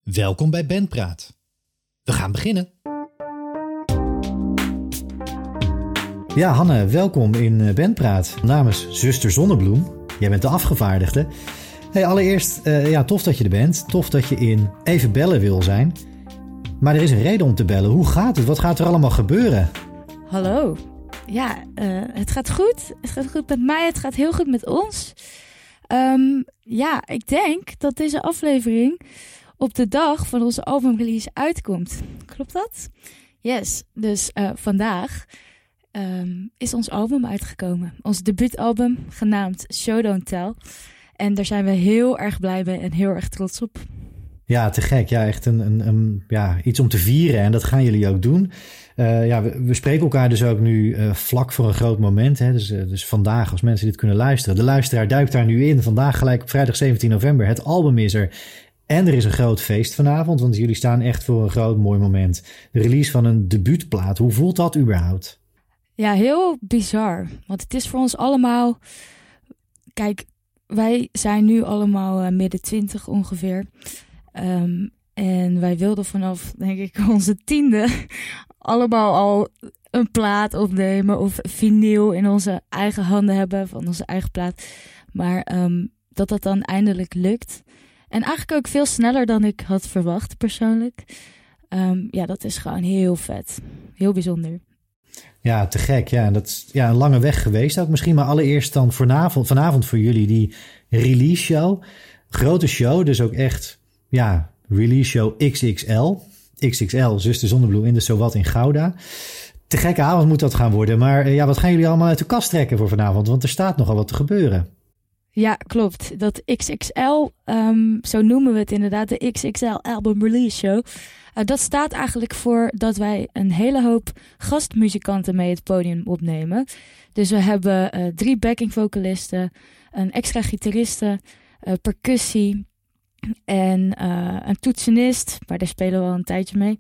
Welkom bij Bandpraat. We gaan beginnen. Ja, Hanne, welkom in Bandpraat. Namens Zuster Zonnebloem. Jij bent de afgevaardigde. Hey, allereerst, tof dat je er bent. Tof dat je in Even Bellen wil zijn. Maar er is een reden om te bellen. Hoe gaat het? Wat gaat er allemaal gebeuren? Hallo. Ja, het gaat goed. Het gaat goed met mij. Het gaat heel goed met ons. Ik denk dat deze aflevering op de dag van onze albumrelease uitkomt. Klopt dat? Yes. Dus vandaag is ons album uitgekomen. Ons debuutalbum genaamd Show Don't Tell. En daar zijn we heel erg blij mee en heel erg trots op. Ja, te gek. Ja, echt iets om te vieren. En dat gaan jullie ook doen. We spreken elkaar dus ook nu vlak voor een groot moment. Hè? Dus vandaag, als mensen dit kunnen luisteren. De luisteraar duikt daar nu in. Vandaag gelijk op vrijdag 17 november. Het album is er. En er is een groot feest vanavond. Want jullie staan echt voor een groot mooi moment. De release van een debuutplaat. Hoe voelt dat überhaupt? Ja, heel bizar. Want het is voor ons allemaal... Kijk, wij zijn nu allemaal midden 20 ongeveer. En wij wilden vanaf, denk ik, onze 10e allemaal al een plaat opnemen of vinyl in onze eigen handen hebben van onze eigen plaat. Maar dat dan eindelijk lukt. En eigenlijk ook veel sneller dan ik had verwacht persoonlijk. Dat is gewoon heel vet. Heel bijzonder. Ja, te gek. Ja, dat is een lange weg geweest ook misschien. Maar allereerst dan vanavond voor jullie die release show. Grote show, dus ook echt... Ja, release show XXL. XXL, Zuster Zonnebloem in de Zowat in Gouda. Te gekke avond moet dat gaan worden. Maar wat gaan jullie allemaal uit de kast trekken voor vanavond? Want er staat nogal wat te gebeuren. Ja, klopt. Dat XXL, zo noemen we het inderdaad, de XXL Album Release Show. Dat staat eigenlijk voor dat wij een hele hoop gastmuzikanten mee het podium opnemen. Dus we hebben 3 backing vocalisten, een extra gitariste, percussie... En een toetsenist, maar daar spelen we al een tijdje mee.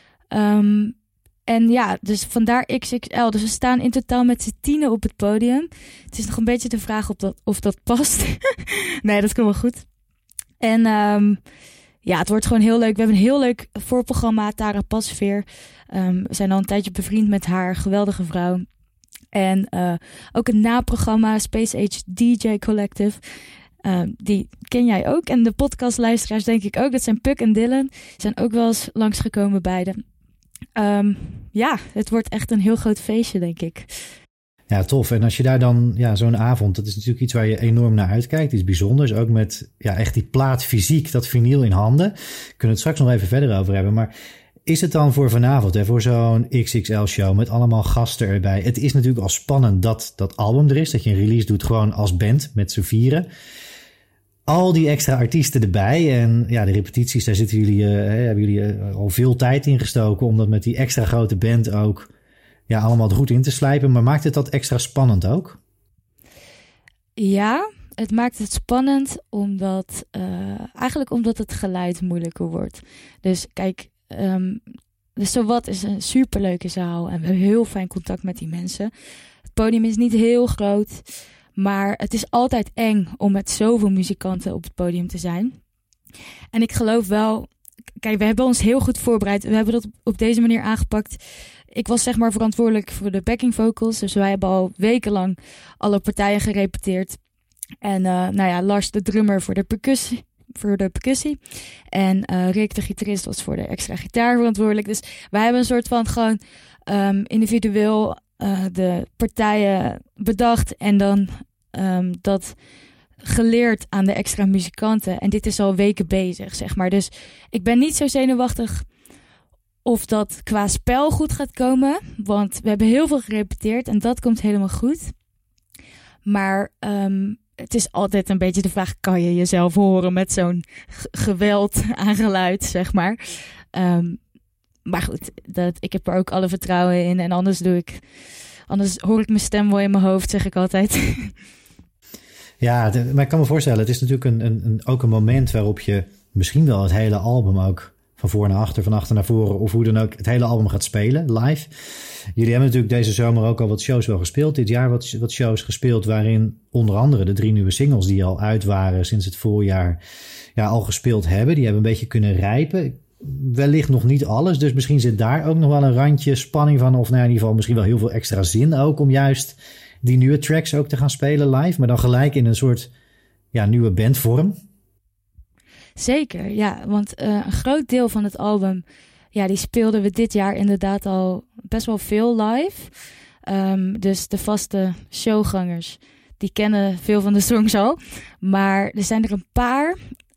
Dus vandaar XXL. Dus we staan in totaal met z'n 10 op het podium. Het is nog een beetje de vraag of dat past. Nee, dat komt wel goed. En het wordt gewoon heel leuk. We hebben een heel leuk voorprogramma, Tara Pasveer. We zijn al een tijdje bevriend met haar, geweldige vrouw. En ook een naprogramma, Space Age DJ Collective... die ken jij ook. En de podcastluisteraars denk ik ook. Dat zijn Puk en Dylan. Zijn ook wel eens langsgekomen beide. Het wordt echt een heel groot feestje, denk ik. Ja, tof. En als je daar dan... Ja, zo'n avond, dat is natuurlijk iets waar je enorm naar uitkijkt. Iets bijzonders. Ook met echt die plaat fysiek, dat vinyl in handen. Kunnen we het straks nog even verder over hebben. Maar is het dan voor vanavond, voor zo'n XXL-show met allemaal gasten erbij? Het is natuurlijk al spannend dat album er is. Dat je een release doet gewoon als band met z'n vieren. Al die extra artiesten erbij en de repetities, daar hebben jullie al veel tijd in gestoken om dat met die extra grote band ook allemaal er goed in te slijpen. Maar maakt het dat extra spannend ook? Ja, het maakt het spannend omdat het geluid moeilijker wordt. Dus kijk, de Zowat is een superleuke zaal en we hebben heel fijn contact met die mensen. Het podium is niet heel groot. Maar het is altijd eng om met zoveel muzikanten op het podium te zijn. En ik geloof wel... Kijk, we hebben ons heel goed voorbereid. We hebben dat op deze manier aangepakt. Ik was verantwoordelijk voor de backing vocals. Dus wij hebben al wekenlang alle partijen gerepeteerd. En Lars de drummer voor de percussie. En Rick de gitarist was voor de extra gitaar verantwoordelijk. Dus wij hebben een soort van gewoon individueel... de partijen bedacht en dan dat geleerd aan de extra muzikanten. En dit is al weken bezig, zeg maar. Dus ik ben niet zo zenuwachtig of dat qua spel goed gaat komen. Want we hebben heel veel gerepeteerd en dat komt helemaal goed. Maar het is altijd een beetje de vraag, kan je jezelf horen met zo'n geweld aan geluid, zeg maar. Maar goed, ik heb er ook alle vertrouwen in. En anders hoor ik mijn stem wel in mijn hoofd, zeg ik altijd. Ja, maar ik kan me voorstellen, het is natuurlijk ook een moment waarop je misschien wel het hele album ook van voor naar achter, van achter naar voren, of hoe dan ook het hele album gaat spelen, live. Jullie hebben natuurlijk deze zomer ook al wat shows wel gespeeld. Dit jaar wat shows gespeeld waarin onder andere de 3 nieuwe singles die al uit waren sinds het voorjaar al gespeeld hebben. Die hebben een beetje kunnen rijpen. Wellicht nog niet alles, dus misschien zit daar ook nog wel een randje spanning van, of in ieder geval misschien wel heel veel extra zin ook om juist die nieuwe tracks ook te gaan spelen live, maar dan gelijk in een soort nieuwe bandvorm. Zeker, ja, want een groot deel van het album, die speelden we dit jaar inderdaad al best wel veel live. Dus de vaste showgangers, die kennen veel van de songs al. Maar er zijn er een paar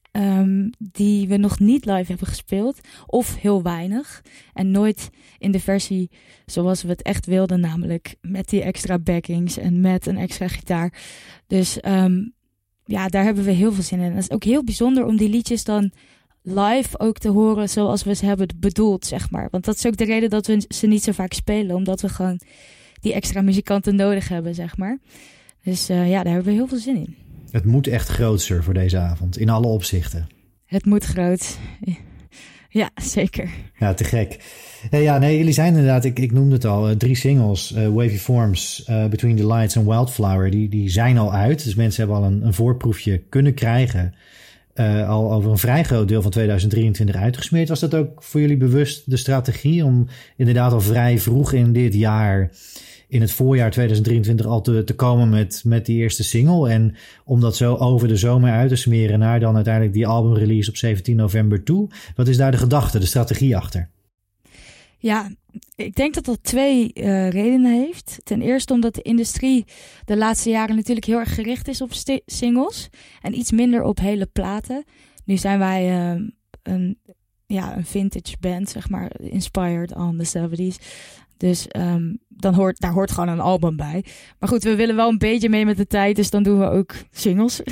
die we nog niet live hebben gespeeld, of heel weinig. En nooit in de versie zoals we het echt wilden, namelijk met die extra backings en met een extra gitaar. Dus daar hebben we heel veel zin in. Het is ook heel bijzonder om die liedjes dan live ook te horen zoals we ze hebben bedoeld, zeg maar. Want dat is ook de reden dat we ze niet zo vaak spelen, omdat we gewoon die extra muzikanten nodig hebben, zeg maar. Dus daar hebben we heel veel zin in. Het moet echt grootser voor deze avond, in alle opzichten. Het moet groot. Ja, zeker. Ja, te gek. Jullie zijn inderdaad, ik noemde het al, 3 singles, Wavy Forms, Between the Lights en Wildflower, die zijn al uit. Dus mensen hebben al een voorproefje kunnen krijgen, al over een vrij groot deel van 2023 uitgesmeerd. Was dat ook voor jullie bewust de strategie om inderdaad al vrij vroeg in dit jaar, in het voorjaar 2023 al te komen met die eerste single, en om dat zo over de zomer uit te smeren naar dan uiteindelijk die albumrelease op 17 november toe? Wat is daar de gedachte, de strategie achter? Ja, ik denk dat dat 2 redenen heeft. Ten eerste omdat de industrie de laatste jaren natuurlijk heel erg gericht is op singles en iets minder op hele platen. Nu zijn wij een vintage band, zeg maar, inspired on the 70s. Dus daar hoort gewoon een album bij. Maar goed, we willen wel een beetje mee met de tijd, dus dan doen we ook singles.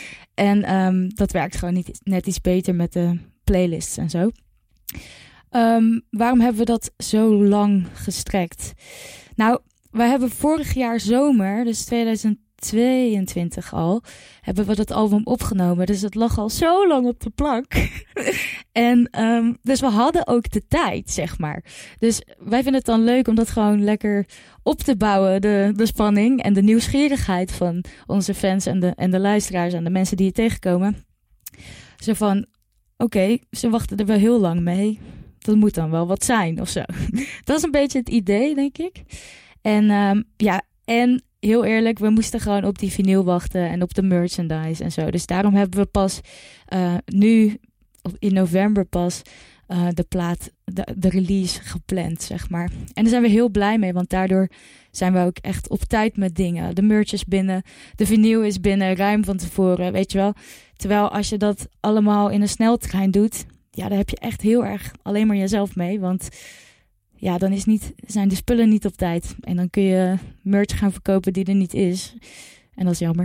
En dat werkt gewoon net iets beter met de playlists en zo. Waarom hebben we dat zo lang gestrekt? Nou, wij hebben vorig jaar zomer, dus 2022 al, hebben we dat album opgenomen. Dus het lag al zo lang op de plank. En dus we hadden ook de tijd, zeg maar. Dus wij vinden het dan leuk om dat gewoon lekker op te bouwen. De spanning en de nieuwsgierigheid van onze fans en de luisteraars en de mensen die je tegenkomen. Zo van, oké, ze wachten er wel heel lang mee. Dat moet dan wel wat zijn of zo. Dat is een beetje het idee, denk ik. En en heel eerlijk, we moesten gewoon op die vinyl wachten en op de merchandise en zo. Dus daarom hebben we pas nu in november pas de release gepland, zeg maar. En daar zijn we heel blij mee, want daardoor zijn we ook echt op tijd met dingen. De merch is binnen, de vinyl is binnen, ruim van tevoren, weet je wel. Terwijl als je dat allemaal in een sneltrein doet, daar heb je echt heel erg alleen maar jezelf mee, want dan zijn de spullen niet op tijd. En dan kun je merch gaan verkopen die er niet is. En dat is jammer.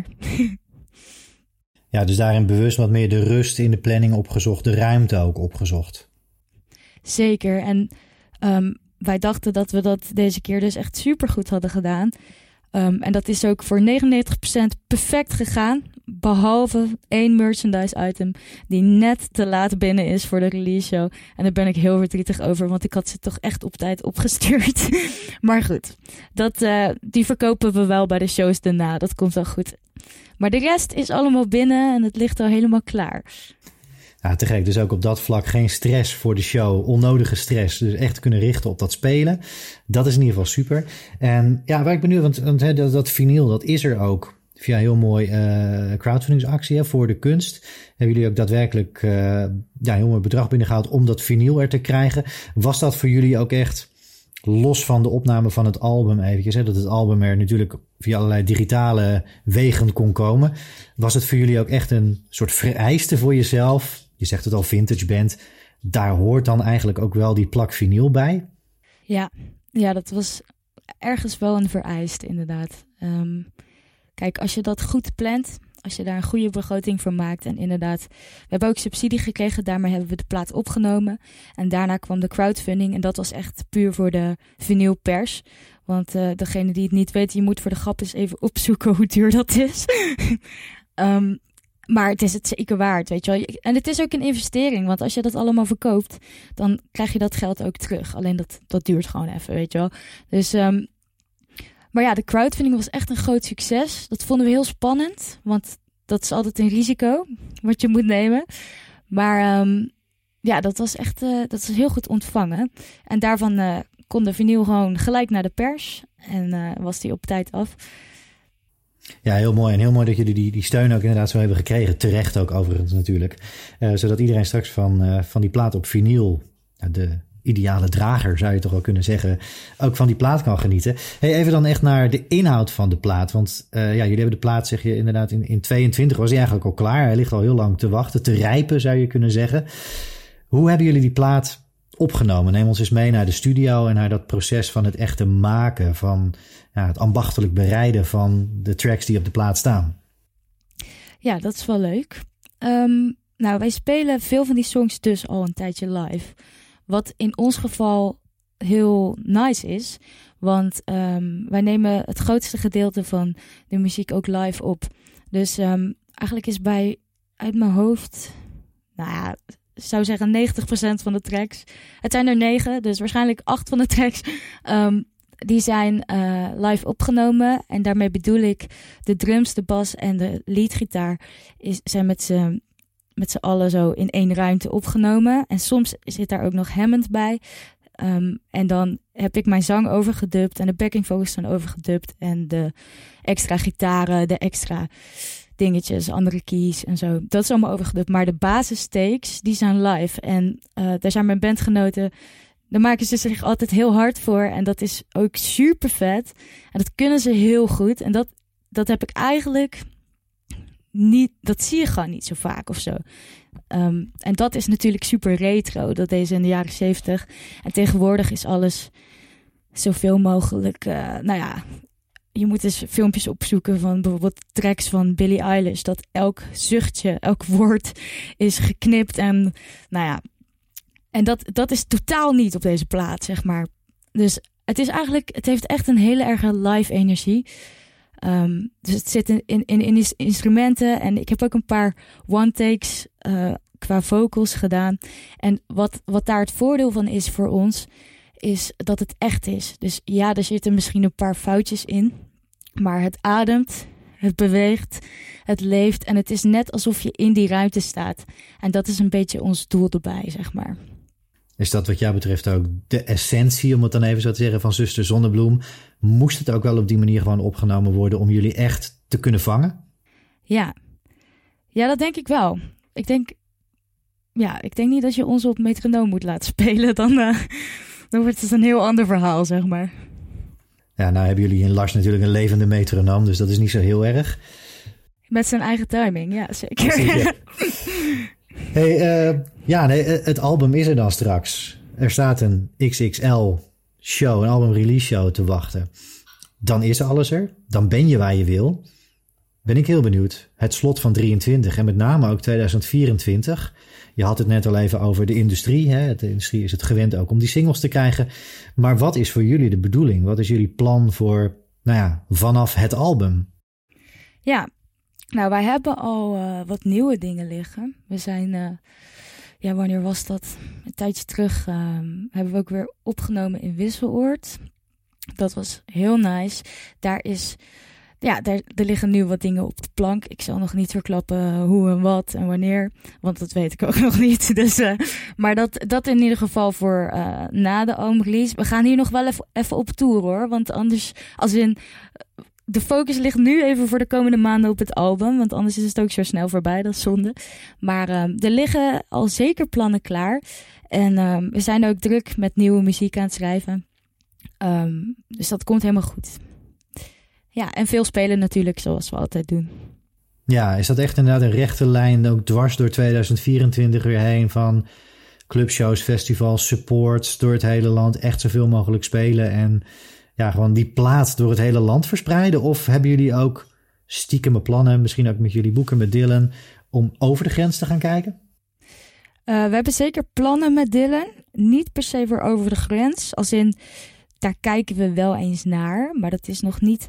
Ja, dus daarin bewust wat meer de rust in de planning opgezocht, de ruimte ook opgezocht. Zeker. En wij dachten dat we dat deze keer dus echt supergoed hadden gedaan. En dat is ook voor 99% perfect gegaan. Behalve 1 merchandise item die net te laat binnen is voor de release show. En daar ben ik heel verdrietig over, want ik had ze toch echt op tijd opgestuurd. Maar goed, die verkopen we wel bij de shows daarna. Dat komt wel goed. Maar de rest is allemaal binnen en het ligt al helemaal klaar. Ja, te gek. Dus ook op dat vlak geen stress voor de show. Onnodige stress. Dus echt kunnen richten op dat spelen. Dat is in ieder geval super. En waar ik benieuwd, want dat vinyl, dat is er ook via een heel mooi crowdfundingsactie voor de kunst. Hebben jullie ook daadwerkelijk heel mooi bedrag binnengehaald om dat vinyl er te krijgen. Was dat voor jullie ook echt, los van de opname van het album eventjes, dat het album er natuurlijk via allerlei digitale wegen kon komen, was het voor jullie ook echt een soort vereiste voor jezelf? Je zegt het al, vintage band. Daar hoort dan eigenlijk ook wel die plak vinyl bij? Ja, dat was ergens wel een vereist, inderdaad. Kijk, als je dat goed plant, als je daar een goede begroting voor maakt, en inderdaad, we hebben ook subsidie gekregen, daarmee hebben we de plaat opgenomen. En daarna kwam de crowdfunding en dat was echt puur voor de vinylpers. Want degene die het niet weet, je moet voor de grap eens even opzoeken hoe duur dat is. Maar het is het zeker waard, weet je wel. En het is ook een investering, want als je dat allemaal verkoopt, dan krijg je dat geld ook terug. Alleen dat duurt gewoon even, weet je wel. Dus, maar ja, de crowdfunding was echt een groot succes. Dat vonden we heel spannend, want dat is altijd een risico wat je moet nemen. Maar ja, dat was echt dat was heel goed ontvangen. En daarvan kon de vinyl gewoon gelijk naar de pers en was die op tijd af. Ja, heel mooi. En heel mooi dat jullie die steun ook inderdaad zo hebben gekregen. Terecht ook overigens natuurlijk. Zodat iedereen straks van die plaat op vinyl, de ideale drager zou je toch wel kunnen zeggen, ook van die plaat kan genieten. Hey, even dan echt naar de inhoud van de plaat. Want ja, jullie hebben de plaat, zeg je inderdaad, in 22 was hij eigenlijk al klaar. Hij ligt al heel lang te wachten, te rijpen zou je kunnen zeggen. Hoe hebben jullie die plaat opgenomen? Neem ons eens mee naar de studio en naar dat proces van het echte maken, van het ambachtelijk bereiden van de tracks die op de plaat staan. Ja, dat is wel leuk. Nou, wij spelen veel van die songs dus al een tijdje live. Wat in ons geval heel nice is. Want wij nemen het grootste gedeelte van de muziek ook live op. Dus eigenlijk is uit mijn hoofd, nou ja, ik zou zeggen 90% van de tracks. Het zijn er 9, dus waarschijnlijk 8 van de tracks. Die zijn live opgenomen. En daarmee bedoel ik de drums, de bas en de leadgitaar zijn met z'n allen zo in één ruimte opgenomen. En soms zit daar ook nog Hammond bij. En dan heb ik mijn zang overgedubt en de backing vocals zijn overgedubt. En de extra gitaren, de extra dingetjes, andere keys en zo. Dat is allemaal overgedubt. Maar de basistakes, die zijn live. En daar zijn mijn bandgenoten, daar maken ze zich altijd heel hard voor. En dat is ook super vet. En dat kunnen ze heel goed. En dat heb ik eigenlijk niet, dat zie je gewoon niet zo vaak of zo. En dat is natuurlijk super retro. Dat deden ze in de jaren 70. En tegenwoordig is alles zoveel mogelijk, nou ja, je moet eens filmpjes opzoeken van bijvoorbeeld tracks van Billie Eilish. Dat elk zuchtje, elk woord is geknipt. En nou ja, en dat is totaal niet op deze plaat, zeg maar. Dus het heeft echt een hele erge live energie. Dus het zit in instrumenten. En ik heb ook een paar one-takes qua vocals gedaan. En wat daar het voordeel van is voor ons, is dat het echt is. Dus ja, er zitten misschien een paar foutjes in. Maar het ademt, het beweegt, het leeft. En het is net alsof je in die ruimte staat. En dat is een beetje ons doel erbij, zeg maar. Is dat wat jou betreft ook de essentie, om het dan even zo te zeggen, van Zuster Zonnebloem? Moest het ook wel op die manier gewoon opgenomen worden om jullie echt te kunnen vangen? Ja, dat denk ik wel. Ik denk niet dat je ons op metronoom moet laten spelen. Dan wordt het een heel ander verhaal, zeg maar. Ja, nou hebben jullie in Lars natuurlijk een levende metronoom, dus dat is niet zo heel erg. Met zijn eigen timing, ja, zeker. Hey, het album is er dan straks. Er staat een XXL show, een album release show te wachten. Dan is alles er. Dan ben je waar je wil. Ben ik heel benieuwd. Het slot van 23 en met name ook 2024. Je had het net al even over de industrie. Hè? De industrie is het gewend ook om die singles te krijgen. Maar wat is voor jullie de bedoeling? Wat is jullie plan voor, vanaf het album? Ja, nou, wij hebben al wat nieuwe dingen liggen. We zijn, wanneer was dat? Een tijdje terug hebben we ook weer opgenomen in Wisseloord. Dat was heel nice. Er liggen nu wat dingen op de plank. Ik zal nog niet verklappen hoe en wat en wanneer. Want dat weet ik ook nog niet. Dus, maar dat in ieder geval voor na de albumrelease. We gaan hier nog wel even op tour, hoor. Want anders, de focus ligt nu even voor de komende maanden op het album. Want anders is het ook zo snel voorbij. Dat is zonde. Maar er liggen al zeker plannen klaar. En we zijn ook druk met nieuwe muziek aan het schrijven. Dus dat komt helemaal goed. Ja, en veel spelen natuurlijk, zoals we altijd doen. Ja, is dat echt inderdaad een rechte lijn, ook dwars door 2024 weer heen, van clubshows, festivals, supports door het hele land, echt zoveel mogelijk spelen en gewoon die plaat door het hele land verspreiden? Of hebben jullie ook stiekeme plannen, misschien ook met jullie boeken met Dylan, om over de grens te gaan kijken? We hebben zeker plannen met Dylan, niet per se voor over de grens, als in, daar kijken we wel eens naar, maar dat is nog niet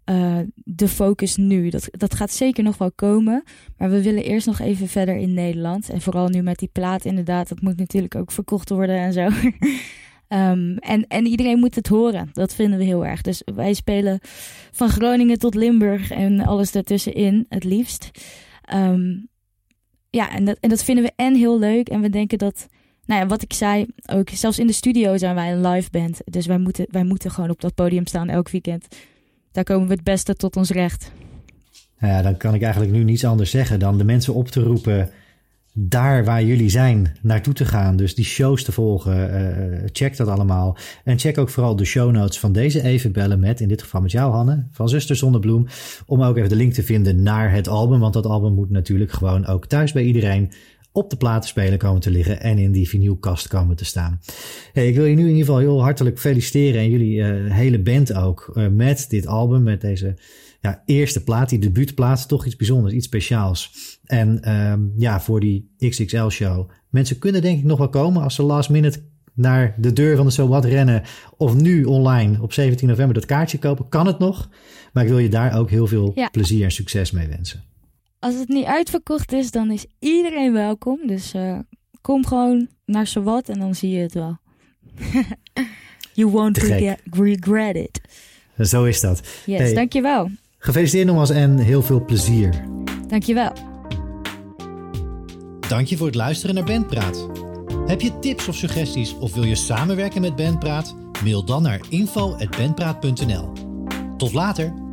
de focus nu. Dat gaat zeker nog wel komen. Maar we willen eerst nog even verder in Nederland. En vooral nu met die plaat inderdaad. Dat moet natuurlijk ook verkocht worden en zo. En iedereen moet het horen. Dat vinden we heel erg. Dus wij spelen van Groningen tot Limburg en alles daartussenin het liefst. En dat vinden we heel leuk. En we denken dat, wat ik zei, ook zelfs in de studio zijn wij een live band. Dus wij moeten gewoon op dat podium staan elk weekend. Daar komen we het beste tot ons recht. Nou ja, dan kan ik eigenlijk nu niets anders zeggen dan de mensen op te roepen daar waar jullie zijn naartoe te gaan. Dus die shows te volgen. Check dat allemaal. En check ook vooral de show notes van deze Even Bellen met, in dit geval met jou Hanne, van Zuster Zonnebloem. Om ook even de link te vinden naar het album. Want dat album moet natuurlijk gewoon ook thuis bij iedereen op de platenspeler komen te liggen en in die vinylkast komen te staan. Hey, ik wil je nu in ieder geval heel hartelijk feliciteren en jullie hele band ook met dit album, met deze eerste plaat, die debuutplaat, toch iets bijzonders, iets speciaals. En voor die XXL show. Mensen kunnen denk ik nog wel komen als ze last minute naar de deur van de So What rennen of nu online op 17 november dat kaartje kopen. Kan het nog? Maar ik wil je daar ook heel veel plezier en succes mee wensen. Als het niet uitverkocht is, dan is iedereen welkom. Dus kom gewoon naar So What en dan zie je het wel. You won't regret it. Zo is dat. Yes, dankjewel. Gefeliciteerd nogmaals en heel veel plezier. Dankjewel. Dank je voor het luisteren naar Bandpraat. Heb je tips of suggesties of wil je samenwerken met Bandpraat? Mail dan naar info@bandpraat.nl. Tot later!